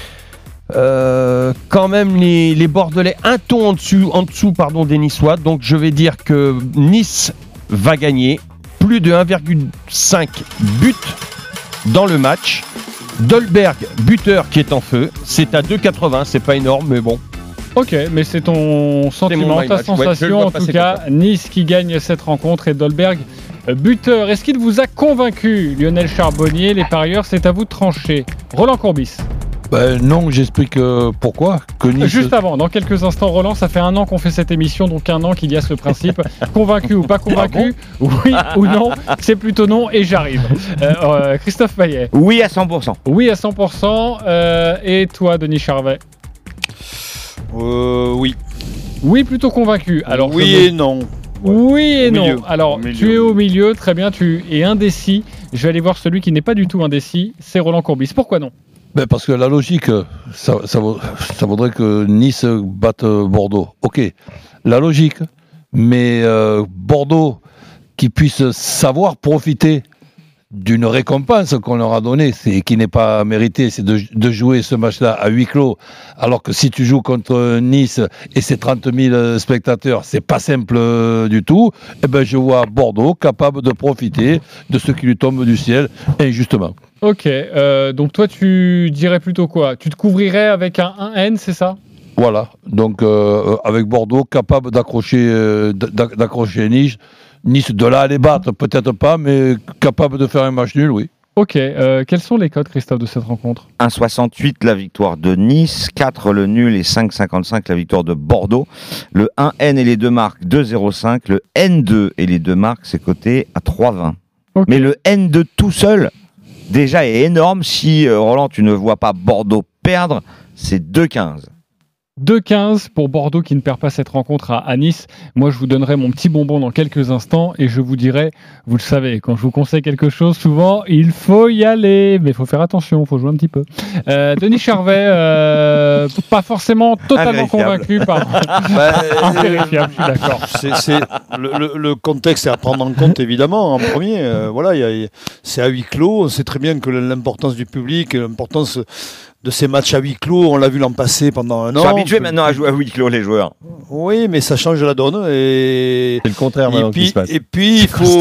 S9: quand même les Bordelais un ton en dessous des Niçois. Donc je vais dire que Nice va gagner plus de 1,5 but dans le match. Dolberg, buteur qui est en feu. C'est à 2,80, c'est pas énorme, mais bon.
S6: Ok, mais c'est ton sentiment, ta sensation, en tout cas. Nice qui gagne cette rencontre et Dolberg buteur. Est-ce qu'il vous a convaincu, Lionel Charbonnier? Les parieurs, c'est à vous de trancher. Roland Courbis.
S8: Non, j'explique pourquoi. Que Nice...
S6: Juste avant, dans quelques instants, Roland, ça fait 1 an qu'on fait cette émission, donc 1 an qu'il y a ce principe. Convaincu ou pas convaincu, oui ou non, c'est plutôt non et j'arrive. Christophe Payet.
S7: Oui à 100%.
S6: Oui à 100%. Et toi, Denis Charvet?
S11: Oui.
S6: Oui, plutôt convaincu. Alors,
S11: oui et non.
S6: Oui et non.
S11: Milieu.
S6: Alors, tu es au milieu, très bien, tu es indécis. Je vais aller voir celui qui n'est pas du tout indécis, c'est Roland Courbis. Pourquoi non?
S8: Parce que la logique, ça vaudrait que Nice batte Bordeaux. Ok, la logique, mais Bordeaux qui puisse savoir profiter d'une récompense qu'on leur a donnée, qui n'est pas méritée, c'est de jouer ce match-là à huis clos, alors que si tu joues contre Nice et ses 30 000 spectateurs, c'est pas simple du tout. Eh ben, je vois Bordeaux capable de profiter de ce qui lui tombe du ciel, injustement.
S6: Ok, donc toi tu dirais plutôt quoi? Tu te couvrirais avec un 1N, c'est ça?
S8: Voilà, donc avec Bordeaux capable d'accrocher Nice, de là à les battre, peut-être pas, mais capable de faire un match nul, oui.
S6: Ok, quels sont les codes, Christophe, de cette rencontre?
S7: 1,68 la victoire de Nice, 4 le nul et 5,55 la victoire de Bordeaux. Le 1N et les deux marques, 2,05. Le N2 et les deux marques, c'est coté à 3,20. Okay. Mais le N2 tout seul, déjà est énorme. Si, Roland, tu ne vois pas Bordeaux perdre, c'est 2,15.
S6: 2,15 pour Bordeaux qui ne perd pas cette rencontre à Nice. Moi, je vous donnerai mon petit bonbon dans quelques instants et je vous dirai, vous le savez, quand je vous conseille quelque chose, souvent, il faut y aller. Mais il faut faire attention, il faut jouer un petit peu. Denis Charvet, pas forcément totalement convaincu par... Invérifiable, je suis d'accord.
S11: Le contexte est à prendre en compte, évidemment, en premier. Voilà, c'est à huis clos. On sait très bien que l'importance du public, l'importance... de ces matchs à huis clos, on l'a vu l'an passé pendant 1 an.
S7: Ils sont habitués maintenant à jouer à huis clos, les joueurs.
S11: Oui, mais ça change la donne. Et...
S9: c'est le contraire maintenant qui se passe.
S11: Et puis,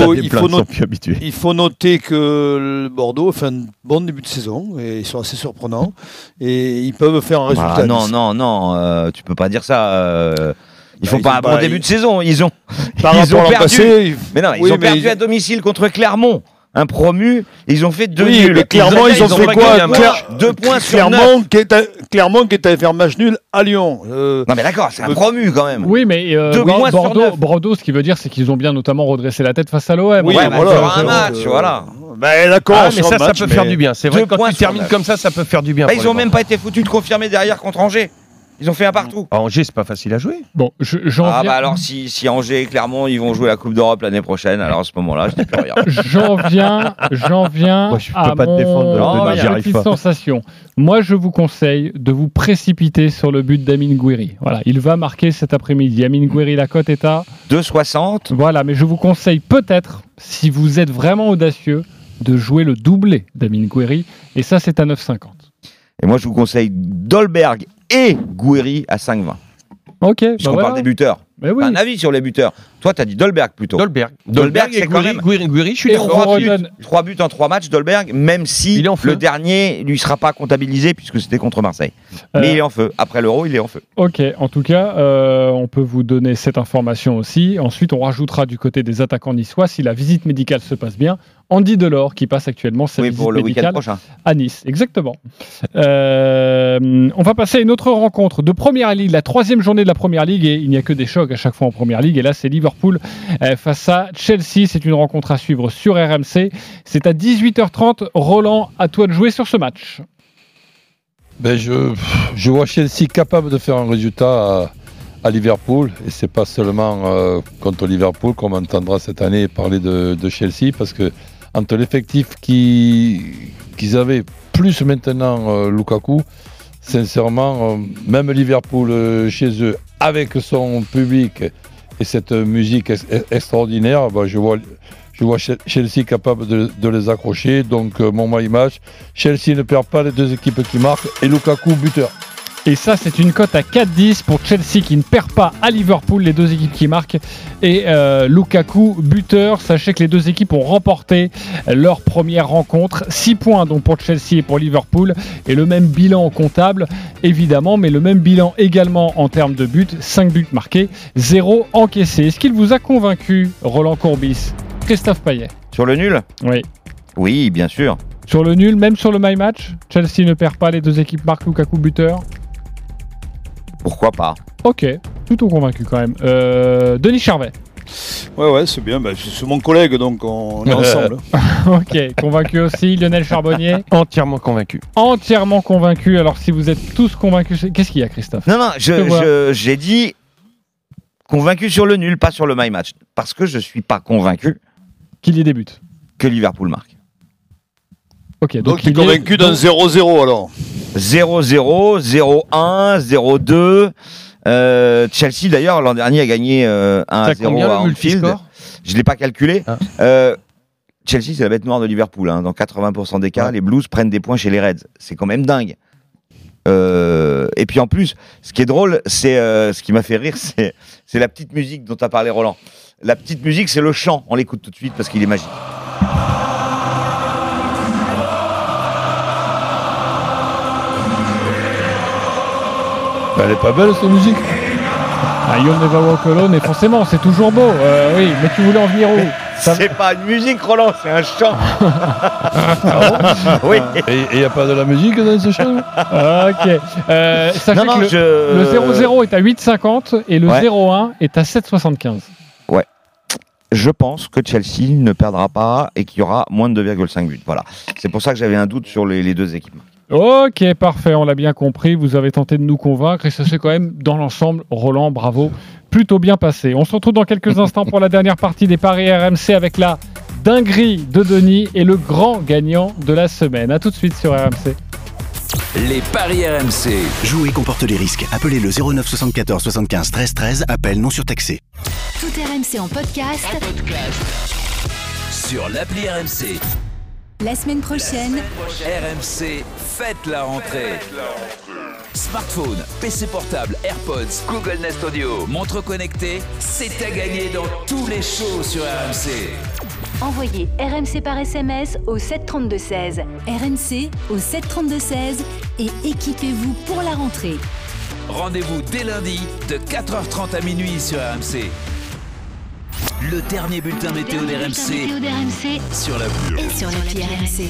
S11: il faut noter que le Bordeaux fait un bon début de saison, et ils sont assez surprenants, et ils peuvent faire un résultat.
S7: Ah, non, tu peux pas dire ça. Ils font pas un bon début de saison. Ils ont perdu. Mais non, ils ont perdu à domicile contre Clermont. Un promu, ils ont fait 2 nuls.
S11: Mais Clermont, ils ont fait quoi?
S7: 2 points sur 9.
S11: Clermont qui est allé faire match nul à Lyon.
S7: Non mais d'accord, c'est un promu quand même.
S6: Oui, mais Bordeaux, ce qui veut dire, c'est qu'ils ont bien notamment redressé la tête face à l'OM.
S7: Oui, voilà. Un match, voilà.
S11: Ben d'accord,
S9: mais ça peut faire du bien. C'est vrai que quand tu termines comme ça peut faire du bien.
S7: Ils ont même pas été foutus de confirmer derrière contre Angers. Ils ont fait un partout.
S9: À Angers, c'est pas facile à jouer.
S6: Bon,
S7: alors si Angers et Clermont ils vont jouer la Coupe d'Europe l'année prochaine, alors à ce moment-là, je dis plus rien.
S6: J'en viens
S9: moi, je peux pas te défendre.
S6: Petite sensation. Moi, je vous conseille de vous précipiter sur le but d'Amine Gouiri. Voilà, il va marquer cet après-midi. Amine Gouiri, la cote est à
S7: 2,60.
S6: Voilà, mais je vous conseille peut-être, si vous êtes vraiment audacieux, de jouer le doublé d'Amine Gouiri. Et ça, c'est à 9,50.
S7: Et moi, je vous conseille Dolberg et Gouiri à 5,20.
S6: Ok.
S7: On parle des buteurs.
S6: Mais oui.
S7: Un avis sur les buteurs. Toi, tu as dit Dolberg plutôt.
S9: Dolberg
S7: c'est quand même
S9: Gouiri, je suis
S7: d'accord. 3 buts en 3 matchs, Dolberg, même si le dernier lui sera pas comptabilisé puisque c'était contre Marseille. Mais il est en feu. Après l'Euro, il est en feu.
S6: Ok. En tout cas, on peut vous donner cette information aussi. Ensuite, on rajoutera du côté des attaquants niçois, si la visite médicale se passe bien, Andy Delors qui passe actuellement sa visite
S7: pour le week-end
S6: médicale
S7: prochain.
S6: à Nice. Exactement. On va passer à une autre rencontre de Première Ligue, la 3e journée de la Première Ligue, et il n'y a que des chocs à chaque fois en Première Ligue, et là c'est Liverpool face à Chelsea. C'est une rencontre à suivre sur RMC. C'est à 18h30. Roland, à toi de jouer sur ce match.
S8: Je vois Chelsea capable de faire un résultat à Liverpool, et c'est pas seulement contre Liverpool qu'on entendra cette année parler de Chelsea, parce que entre l'effectif qu'ils avaient plus maintenant Lukaku, sincèrement, même Liverpool chez eux, avec son public et cette musique extraordinaire, je vois Chelsea capable de les accrocher. Donc mon my match, Chelsea ne perd pas, les deux équipes qui marquent, et Lukaku buteur.
S6: Et ça, c'est une cote à 4,10 pour Chelsea qui ne perd pas à Liverpool, les deux équipes qui marquent, et Lukaku buteur. Sachez que les deux équipes ont remporté leur première rencontre, 6 points donc pour Chelsea et pour Liverpool, et le même bilan comptable évidemment, mais le même bilan également en termes de buts, 5 buts marqués, 0 encaissés. Est-ce qu'il vous a convaincu, Roland Courbis, Christophe Payet?
S7: Sur le nul?
S6: Oui.
S7: Oui, bien sûr.
S6: Sur le nul, même sur le my match, Chelsea ne perd pas, les deux équipes marquent, Lukaku buteur.
S7: Pourquoi pas?
S6: Ok, plutôt convaincu quand même. Denis Charvet.
S11: Ouais, c'est bien. C'est mon collègue, donc on est ensemble.
S6: Ok, convaincu aussi. Lionel Charbonnier.
S9: Entièrement convaincu.
S6: Entièrement convaincu. Alors si vous êtes tous convaincus, qu'est-ce qu'il y a, Christophe?
S7: Non, j'ai dit convaincu sur le nul, pas sur le my match. Parce que je suis pas convaincu
S6: qu'il y ait des buts.
S7: Que Liverpool marque.
S6: Ok,
S11: donc tu es convaincu d'un 0-0 alors?
S7: 0-0, 0-1, 0-2. Chelsea d'ailleurs l'an dernier a gagné 1-0 à Anfield. Je ne l'ai pas calculé. Chelsea c'est la bête noire de Liverpool. Dans 80% des cas, les Blues prennent des points chez les Reds. C'est quand même dingue. Et puis en plus, ce qui est drôle, c'est ce qui m'a fait rire, c'est la petite musique dont a parlé Roland. La petite musique, c'est le chant. On l'écoute tout de suite parce qu'il est magique.
S8: Elle est pas belle cette musique.
S6: You'll Never Walk Alone, et forcément c'est toujours beau. Oui, mais tu voulais en venir où?
S7: C'est pas une musique, Roland, c'est un chant. Oui.
S8: Et il n'y a pas de la musique dans ce chant?
S6: Ok. Sachez que le 0-0 est à 8,50 et le 0-1 est à 7,75.
S7: Ouais. Je pense que Chelsea ne perdra pas et qu'il y aura moins de 2,5 buts. Voilà. C'est pour ça que j'avais un doute sur les deux équipes.
S6: Ok, parfait, on l'a bien compris, vous avez tenté de nous convaincre, et ça c'est quand même, dans l'ensemble, Roland, bravo, plutôt bien passé. On se retrouve dans quelques instants pour la dernière partie des paris RMC avec la dinguerie de Denis et le grand gagnant de la semaine. A tout de suite sur RMC.
S4: Les paris RMC.
S14: Jouer comporte les risques. Appelez le 09 74 75 13 13, appel non surtaxé.
S5: Tout RMC en podcast.
S4: Sur l'appli RMC.
S5: La semaine prochaine,
S4: RMC, faites la rentrée. Smartphone, PC portable, AirPods, Google Nest Audio, montre connectée, c'est à gagner dans tous les shows sur RMC.
S5: envoyez RMC par SMS au 732-16. RMC au 732-16 et équipez-vous pour la rentrée.
S4: Rendez-vous dès lundi de 4h30 à minuit sur RMC. Le dernier bulletin météo d'RMC sur l'appli
S5: et sur l'appli RMC.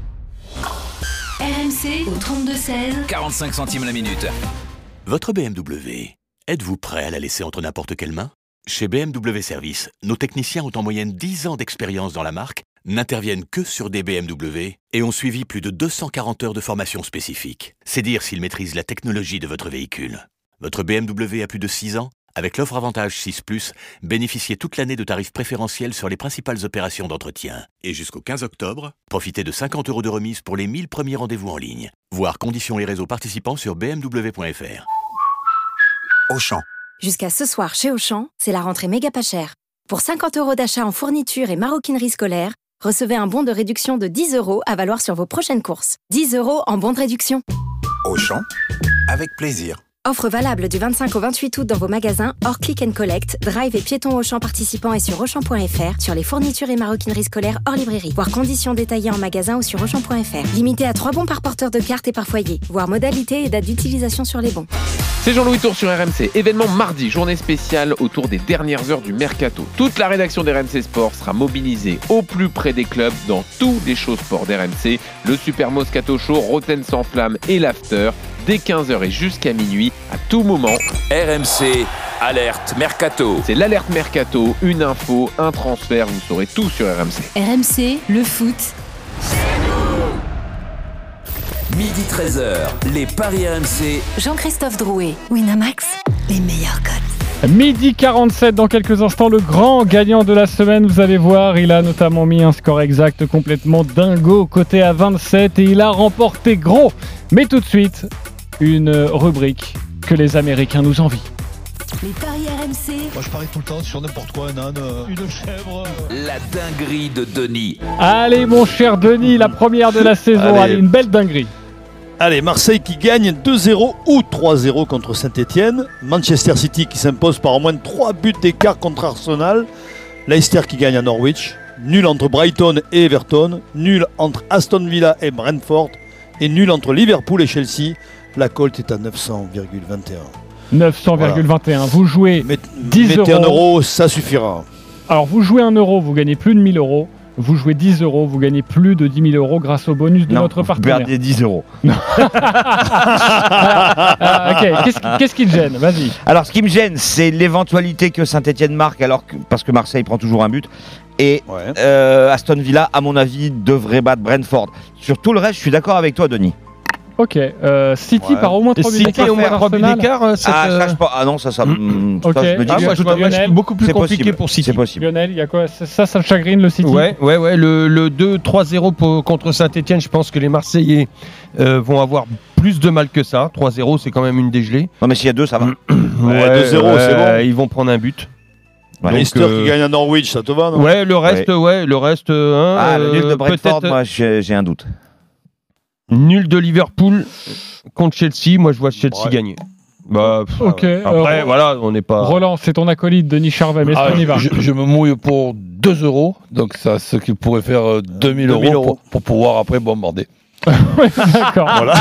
S5: RMC au 32-16.
S4: 45 centimes la minute.
S17: Votre BMW, êtes-vous prêt à la laisser entre n'importe quelle main? Chez BMW Service, nos techniciens ont en moyenne 10 ans d'expérience dans la marque, n'interviennent que sur des BMW et ont suivi plus de 240 heures de formation spécifique. C'est dire s'ils maîtrisent la technologie de votre véhicule. Votre BMW a plus de 6 ans? Avec l'offre Avantage 6+, bénéficiez toute l'année de tarifs préférentiels sur les principales opérations d'entretien. Et jusqu'au 15 octobre, profitez de 50 € de remise pour les 1000 premiers rendez-vous en ligne. Voir conditions et réseaux participants sur bmw.fr.
S14: Auchan.
S16: Jusqu'à ce soir chez Auchan, c'est la rentrée méga pas chère. Pour 50 € d'achat en fournitures et maroquinerie scolaire, recevez un bon de réduction de 10 € à valoir sur vos prochaines courses. 10 € en bon de réduction.
S14: Auchan, avec plaisir.
S16: Offre valable du 25 au 28 août dans vos magasins hors click and collect, drive et piétons Auchan participants et sur Auchan.fr, sur les fournitures et maroquineries scolaires hors librairie. Voir conditions détaillées en magasin ou sur Auchan.fr. Limité à 3 bons par porteur de carte et par foyer. Voir modalité et date d'utilisation sur les bons.
S1: C'est Jean-Louis Tour sur RMC. Événement mardi, journée spéciale autour des dernières heures du mercato. Toute la rédaction d'RMC Sport sera mobilisée au plus près des clubs dans tous les shows sport d'RMC. Le Super Moscato Show, Roten sans flamme et l'After. Dès 15h et jusqu'à minuit, à tout moment.
S4: RMC, alerte mercato.
S1: C'est l'alerte mercato, une info, un transfert, vous saurez tout sur RMC.
S5: RMC, le foot.
S4: Midi 13h, les paris RMC.
S5: Jean-Christophe Drouet, Winamax, les meilleurs cotes.
S6: Midi 47, dans quelques instants, le grand gagnant de la semaine, vous allez voir, il a notamment mis un score exact complètement dingo, coté à 27, et il a remporté gros. Mais tout de suite, une rubrique que les Américains nous envient.
S5: Les paris RMC.
S11: Moi je parie tout le temps sur n'importe quoi, un âne, une chèvre.
S4: La dinguerie de Denis.
S6: Allez mon cher Denis, la première de la saison, allez une belle dinguerie.
S11: Allez, Marseille qui gagne 2-0 ou 3-0 contre Saint-Etienne. Manchester City qui s'impose par au moins 3 buts d'écart contre Arsenal. Leicester qui gagne à Norwich. Nul entre Brighton et Everton. Nul entre Aston Villa et Brentford. Et nul entre Liverpool et Chelsea. La cote est à 900,21.
S6: 900,21. Voilà. Vous jouez 10
S11: mettez
S6: euros.
S11: 1 €, ça suffira.
S6: Alors vous jouez 1 €, vous gagnez plus de 1000 €. Vous jouez 10 €, vous gagnez plus de 10 000 € grâce au bonus de notre partenaire.
S7: Vous perdez 10 €.
S6: Ok, qu'est-ce qui te gêne? Vas-y.
S7: Alors, ce qui me gêne, c'est l'éventualité que Saint-Etienne marque, parce que Marseille prend toujours un but. Et Aston Villa, à mon avis, devrait battre Brentford. Sur tout le reste, je suis d'accord avec toi, Denis.
S6: Ok, City par au moins 3 buts d'écart.
S9: Au moins 3 buts d'écart.
S7: Ah non, ça
S6: Ok.
S7: je me dis
S9: moi, je suis beaucoup plus compliqué pour City.
S7: C'est possible.
S6: Lionel, il y a quoi? Ça me chagrine le City.
S9: Ouais. Le 2-3-0 contre Saint-Etienne, je pense que les Marseillais vont avoir plus de mal que ça. 3-0, c'est quand même une dégelée.
S7: Non, mais s'il y a 2, ça va.
S11: 2-0, c'est bon.
S9: Ils vont prendre un but.
S11: Leicester qui gagne à Norwich, ça te va, non?
S9: Ouais, le reste.
S7: Le nul de Brentford, moi, j'ai un doute.
S9: Nul de Liverpool contre Chelsea. Moi, je vois Chelsea gagner.
S6: Ok.
S9: Après, voilà, on n'est pas.
S6: Roland, c'est ton acolyte, Denis Charvet. Mais est-ce qu'on y va?
S8: Je me mouille pour 2 €. Donc, ça, ce qui pourrait faire 2000 € pour pouvoir après bombarder.
S6: D'accord.
S7: Voilà.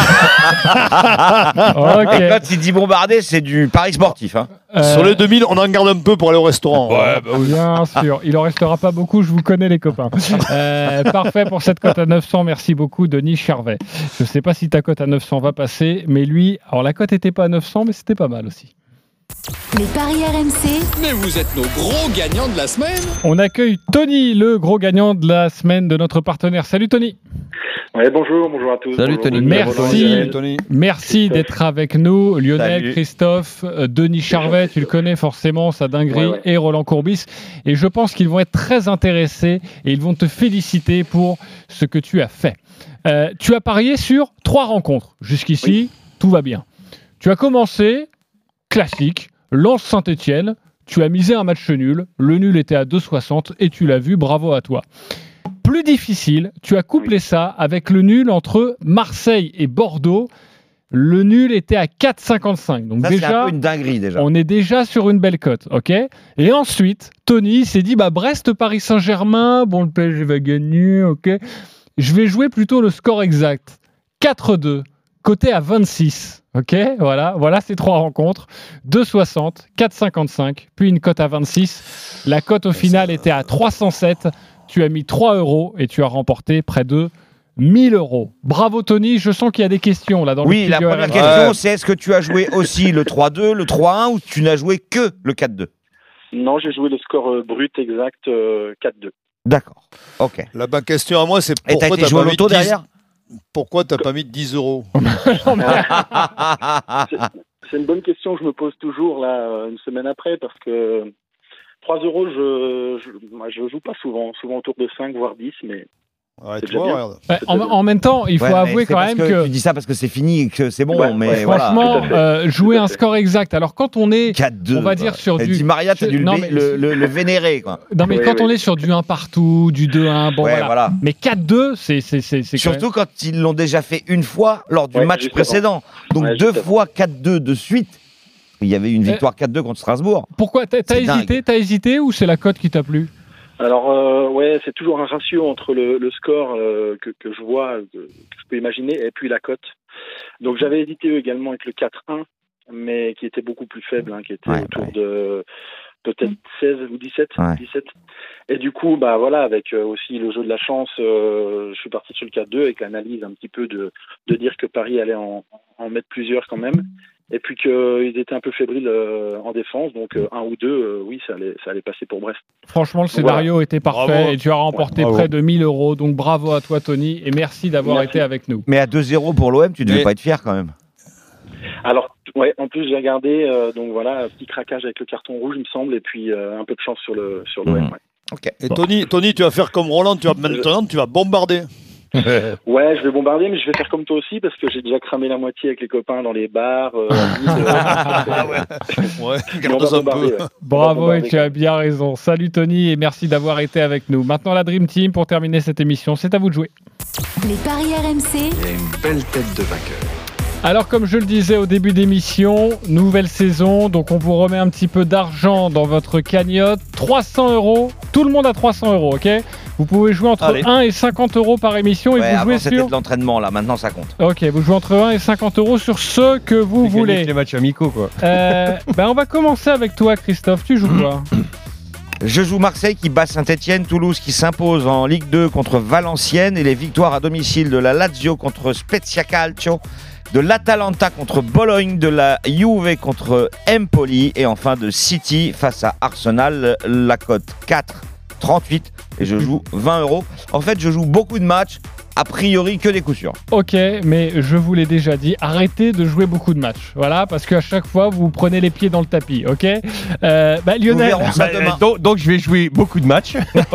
S7: Et quand il dit bombarder, c'est du pari sportif. Hein.
S11: Sur les 2000, on en garde un peu pour aller au restaurant.
S6: Bien sûr. Il en restera pas beaucoup, je vous connais les copains. Parfait pour cette cote à 900. Merci beaucoup, Denis Charvet. Je ne sais pas si ta cote à 900 va passer, mais lui, alors la cote n'était pas à 900, mais c'était pas mal aussi.
S5: Les paris RMC.
S24: Mais vous êtes nos gros gagnants de la semaine.
S6: On accueille Tony, le gros gagnant de la semaine de notre partenaire. Salut Tony.
S2: Ouais, bonjour à tous.
S9: Salut Tony.
S6: Merci d'être avec nous. Lionel,
S7: Salut.
S6: Christophe, Denis Charvet, tu le connais forcément, sa dinguerie, et Roland Courbis. Et je pense qu'ils vont être très intéressés et ils vont te féliciter pour ce que tu as fait. Tu as parié sur 3 rencontres. Jusqu'ici, tout va bien. Tu as commencé, classique, Lens Saint-Etienne. Tu as misé un match nul. Le nul était à 2,60 et tu l'as vu. Bravo à toi. Plus difficile, tu as couplé ça avec le nul entre Marseille et Bordeaux. Le nul était à 4,55. Donc
S7: ça,
S6: déjà,
S7: c'est un peu une dinguerie déjà.
S6: On est déjà sur une belle cote, ok? Et ensuite, Tony s'est dit, Brest-Paris Saint-Germain, bon, le PSG va gagner, ok? Je vais jouer plutôt le score exact. 4-2, coté à 26, ok? Voilà ces 3 rencontres. 2,60, 4,55, puis une cote à 26. La cote au final était à 307. Tu as mis 3 € et tu as remporté près de 1000 €. Bravo Tony, je sens qu'il y a des questions là dans le studio.
S7: Oui, la première question, c'est est-ce que tu as joué aussi le 3-2, le 3-1 ou tu n'as joué que le 4-2?
S2: Non, j'ai joué le score brut exact 4-2.
S7: D'accord, ok.
S11: La bonne question à moi, c'est
S7: pourquoi
S11: tu
S7: n'as pas mis de 10...
S11: derrière? Pourquoi tu n'as pas mis de 10 €?
S2: C'est une bonne question que je me pose toujours là, une semaine après, parce que 3 €, je joue pas souvent autour de 5 voire 10, mais
S11: Ouais,
S2: C'est
S11: tu
S2: déjà
S11: vois,
S2: bien.
S11: regarde.
S6: En même temps, il faut avouer quand même que.
S7: Tu dis ça parce que c'est fini et que c'est bon, mais
S6: franchement,
S7: voilà.
S6: jouer un score exact. Alors quand on est,
S7: 4-2,
S6: on va dire sur
S7: et
S6: du.
S7: Di Maria, t'as dû le vénérer, quoi.
S6: Non, mais quand on est sur du 1 partout, du 2-1, bon voilà. Mais 4-2, c'est
S7: surtout quand ils l'ont déjà fait une fois lors du match précédent. Donc 2 fois 4-2 de suite. Il y avait une victoire 4-2 contre Strasbourg.
S6: Pourquoi t'as hésité ou c'est la cote qui t'a plu?
S2: Alors, c'est toujours un ratio entre le score que je vois, que je peux imaginer, et puis la cote. Donc, j'avais hésité également avec le 4-1, mais qui était beaucoup plus faible, qui était autour de peut-être 16 ou 17. Et du coup, avec aussi le jeu de la chance, je suis parti sur le 4-2 avec l'analyse un petit peu de dire que Paris allait en mettre plusieurs quand même. Et puis qu'ils étaient un peu fébriles en défense, donc 1 ou 2, oui, ça allait passer pour Brest.
S6: Franchement, le scénario était parfait.
S2: Bravo.
S6: Et tu as remporté près de 1 000 €. Donc bravo à toi, Tony, et merci d'avoir été avec nous.
S7: Mais à 2-0 pour l'OM, tu devais pas être fier quand même.
S2: Alors, en plus, j'ai regardé, donc voilà, petit craquage avec le carton rouge, il me semble, et puis un peu de chance sur l'OM.
S11: Et Tony, tu vas faire comme Roland, tu vas bombarder.
S2: Ouais, je vais bombarder, mais je vais faire comme toi aussi parce que j'ai déjà cramé la moitié avec les copains dans les bars.
S11: Garde-en un peu.
S6: Bravo, et tu as bien raison. Salut Tony, et merci d'avoir été avec nous. Maintenant, la Dream Team, pour terminer cette émission, c'est à vous de jouer.
S5: Les paris RMC.
S15: Il y a une belle tête de vainqueur.
S6: Alors, comme je le disais au début d'émission, nouvelle saison, donc on vous remet un petit peu d'argent dans votre cagnotte. 300 €, tout le monde a 300 €, ok? Vous pouvez jouer entre 1 et 50 € par émission, et vous jouez
S7: c'était
S6: sur...
S7: de l'entraînement, là, maintenant ça compte.
S6: Ok, vous jouez entre 1 et 50 € sur ce que vous voulez.
S9: Les matchs amicaux, quoi.
S6: On va commencer avec toi, Christophe. Tu joues quoi?
S7: Je joue Marseille qui bat Saint-Etienne, Toulouse qui s'impose en Ligue 2 contre Valenciennes, et les victoires à domicile de la Lazio contre Spezia Calcio, de l'Atalanta contre Bologne, de la Juve contre Empoli, et enfin de City face à Arsenal. La cote 4,38 et je joue 20 €. En fait, je joue beaucoup de matchs, a priori que des coups sûrs.
S6: Ok, mais je vous l'ai déjà dit, arrêtez de jouer beaucoup de matchs. Voilà, parce qu'à chaque fois, vous prenez les pieds dans le tapis, ok? Lionel.
S9: Donc je vais jouer beaucoup de matchs.
S7: En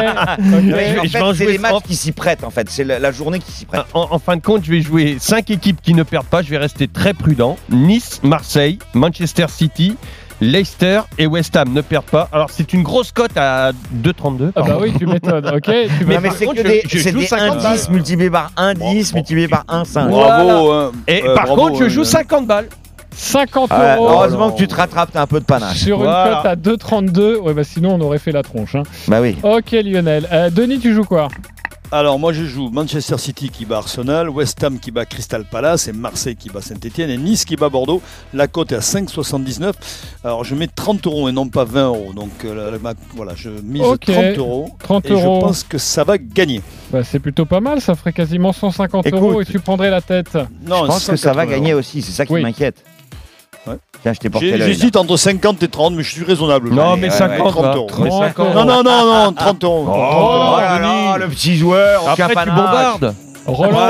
S7: fait, c'est les matchs qui s'y prêtent, en fait. C'est la journée qui s'y prête.
S9: En fin de compte, je vais jouer 5 équipes qui ne perdent pas. Je vais rester très prudent. Nice, Marseille, Manchester City, Leicester et West Ham ne perdent pas. Alors c'est une grosse cote à 2,32.
S6: Ah bah oui, tu m'étonnes, ok.
S7: Non, mais c'est que des 1,10 multiplié par 1,10 multiplié par 1,5.
S11: Bravo.
S9: Et par contre, je joue 50 balles.
S6: 50 €.
S7: Heureusement que tu te rattrapes, t'as un peu de panache.
S6: Sur une cote à 2,32. Ouais, sinon on aurait fait la tronche.
S7: Bah oui.
S6: Ok, Lionel. Denis, tu joues quoi?
S11: Alors moi je joue Manchester City qui bat Arsenal, West Ham qui bat Crystal Palace, et Marseille qui bat Saint-Etienne, et Nice qui bat Bordeaux. La cote est à 5,79. Alors je mets 30 € et non pas 20 €. Donc voilà, je mise 30 €. Et je pense que ça va gagner.
S6: Bah, c'est plutôt pas mal, ça ferait quasiment 150 € et tu prendrais la tête.
S11: Non,
S7: je pense que ça va gagner aussi, c'est ça qui m'inquiète.
S11: Ouais.
S7: Tiens, je t'ai porté l'œil.
S11: J'hésite entre 50 et 30, mais je suis raisonnable.
S9: Non, mais 50,
S11: 30 €.
S9: 30 €.
S11: Non, 30 €.
S7: Oh là là, le petit joueur.
S9: Après, tu bombardes.
S6: Roland,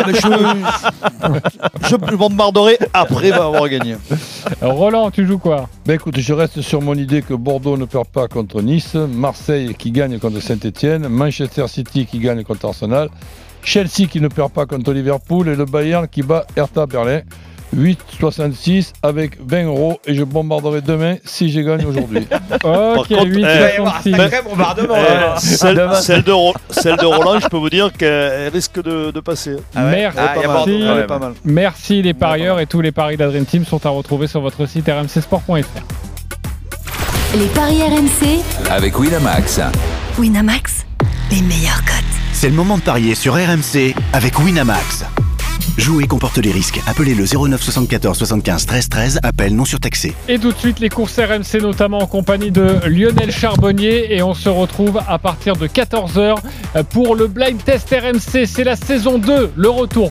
S11: je bombarderai après avoir gagné.
S6: Roland, tu joues quoi?
S8: Écoute, je reste sur mon idée que Bordeaux ne perd pas contre Nice, Marseille qui gagne contre Saint-Etienne, Manchester City qui gagne contre Arsenal, Chelsea qui ne perd pas contre Liverpool, et le Bayern qui bat Hertha Berlin. 8,66 avec 20 € et je bombarderai demain si j'ai gagné aujourd'hui.
S6: Ok, 8,66.
S7: Très bombardement.
S11: Celle de Roland, je peux vous dire qu'elle risque de passer.
S6: Merci les parieurs, et tous les paris de la Dream Team sont à retrouver sur votre site rmcsport.fr.
S5: Les paris RMC
S4: avec Winamax.
S5: Winamax, les meilleurs cotes.
S14: C'est le moment de parier sur RMC avec Winamax. Jouer comporte les risques. Appelez le 09 74 75 13 13. Appel non surtaxé.
S6: Et tout de suite, les courses RMC, notamment en compagnie de Lionel Charbonnier. Et on se retrouve à partir de 14h pour le Blind Test RMC. C'est la saison 2, le retour